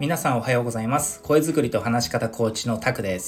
皆さんおはようございます。声作りと話し方コーチのタクです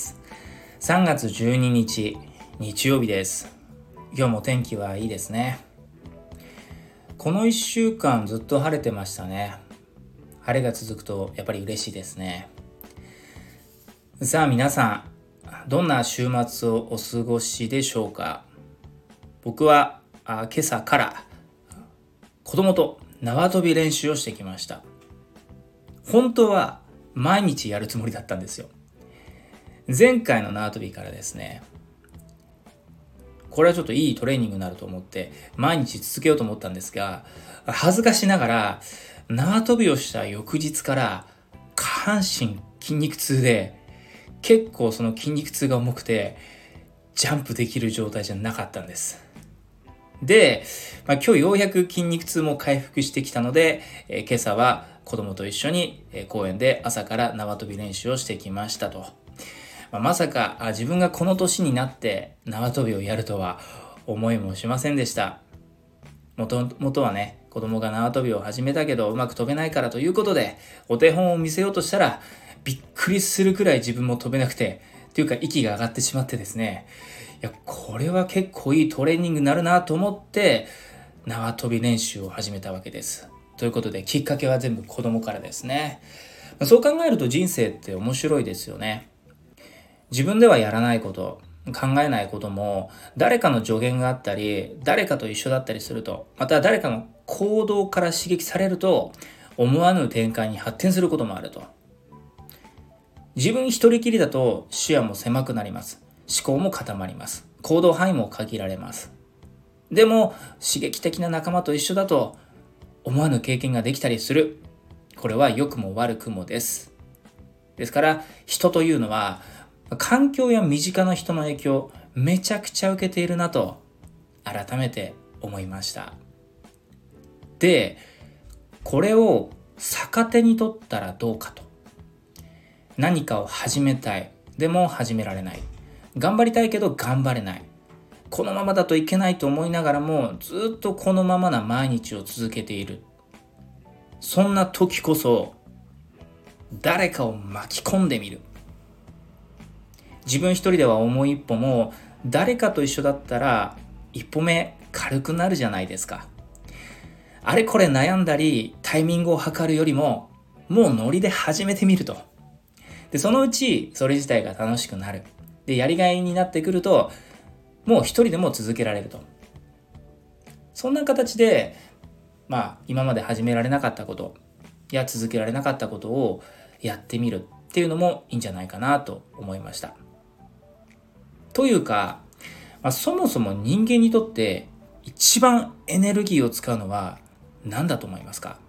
。3月12日日曜日です。今日も天気はいいですね。この1週間ずっと晴れてましたね。晴れが続くとやっぱり嬉しいですね。さあ皆さん、どんな週末をお過ごしでしょうか。僕は今朝から子供と縄跳び練習をしてきました。本当は毎日やるつもりだったんですよ。前回の縄跳びからですね、これはちょっといいトレーニングになると思って毎日続けようと思ったんですが、恥ずかしながら縄跳びをした翌日から下半身筋肉痛で、結構その筋肉痛が重くてジャンプできる状態じゃなかったんです。で、今日ようやく筋肉痛も回復してきたので、今朝は子供と一緒に公園で朝から縄跳び練習をしてきましたと。まさか自分がこの年になって縄跳びをやるとは思いもしませんでした。もとはね、子供が縄跳びを始めたけどうまく飛べないからということでお手本を見せようとしたら、びっくりするくらい自分も飛べなくて、というか息が上がってしまってですね、これは結構いいトレーニングになるなと思って縄跳び練習を始めたわけです。ということできっかけは全部子供からですね。そう考えると人生って面白いですよね。自分ではやらないこと、考えないことも誰かの助言があったり、誰かと一緒だったりすると、また誰かの行動から刺激されると思わぬ展開に発展することもあると。自分一人きりだと視野も狭くなります。思考も固まります。行動範囲も限られます。でも刺激的な仲間と一緒だと思わぬ経験ができたりする。これは良くも悪くもです。ですから人というのは環境や身近な人の影響をめちゃくちゃ受けているなと改めて思いました。で、これを逆手に取ったらどうかと。何かを始めたい。でも始められない。頑張りたいけど頑張れない。このままだといけないと思いながらもずっとこのままな毎日を続けている。そんな時こそ誰かを巻き込んでみる。自分一人では重い一歩も誰かと一緒だったら一歩目軽くなるじゃないですか。あれこれ悩んだりタイミングを測るよりももうノリで始めてみると。で、そのうちそれ自体が楽しくなる。で、やりがいになってくるともう一人でも続けられると。そんな形で今まで始められなかったことや続けられなかったことをやってみるっていうのもいいんじゃないかなと思いました。というか、そもそも人間にとって一番エネルギーを使うのは何だと思いますか？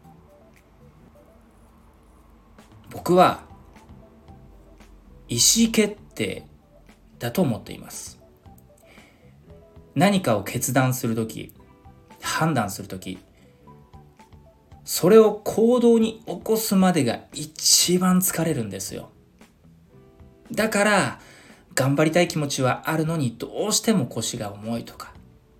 僕は意思決定だと思っています。何かを決断するとき、判断するとき、それを行動に起こすまでが一番疲れるんですよ。だから頑張りたい気持ちはあるのにどうしても腰が重いとか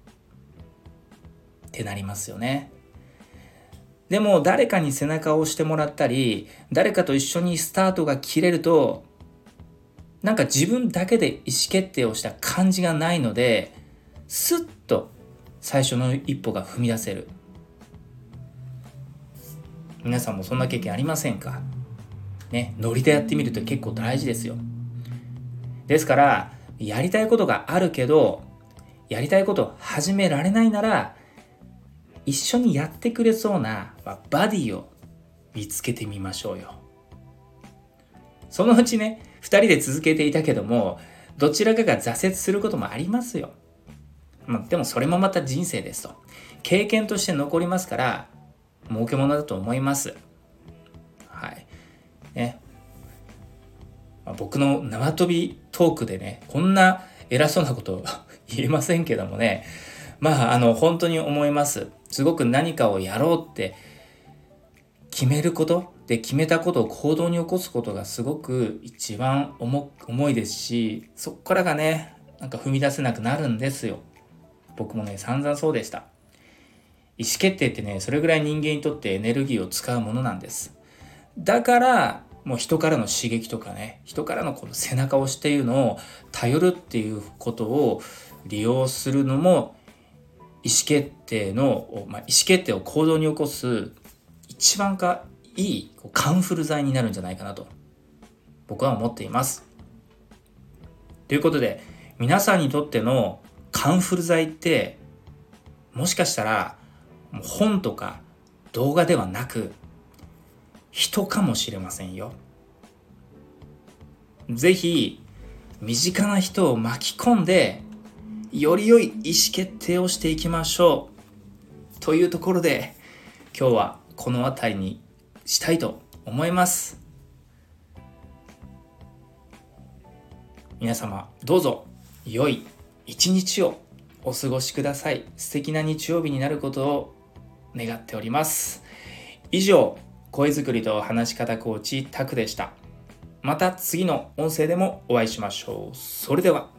ってなりますよね。でも誰かに背中を押してもらったり、誰かと一緒にスタートが切れると、なんか自分だけで意思決定をした感じがないので、スッと最初の一歩が踏み出せる。皆さんもそんな経験ありませんかね。ノリでやってみると結構大事ですよ。ですからやりたいことがあるけどやりたいことを始められないなら、一緒にやってくれそうなバディを見つけてみましょうよ。そのうちね、2人で続けていたけどもどちらかが挫折することもありますよ。でもそれもまた人生ですと。経験として残りますから儲けものだと思います。はいね。僕の縄跳びトークでね、こんな偉そうなこと言えませんけどもね、本当に思います。すごく何かをやろうって決めることで、決めたことを行動に起こすことがすごく一番重いですし、そこからがね、踏み出せなくなるんですよ。僕もね、散々そうでした。意思決定ってね、それぐらい人間にとってエネルギーを使うものなんです。だからもう人からの刺激とかね、人からのこの背中押しっていうのを頼るっていうことを利用するのも意思決定を行動に起こす一番いいカンフル剤になるんじゃないかなと僕は思っています。ということで、皆さんにとってのカンフル剤ってもしかしたら本とか動画ではなく人かもしれませんよ。ぜひ身近な人を巻き込んでより良い意思決定をしていきましょうというところで、今日はこの辺りにしたいと思います。皆様どうぞ良い一日をお過ごしください。素敵な日曜日になることを願っております。以上、声作りと話し方コーチタクでした。また次の音声でもお会いしましょう。それでは。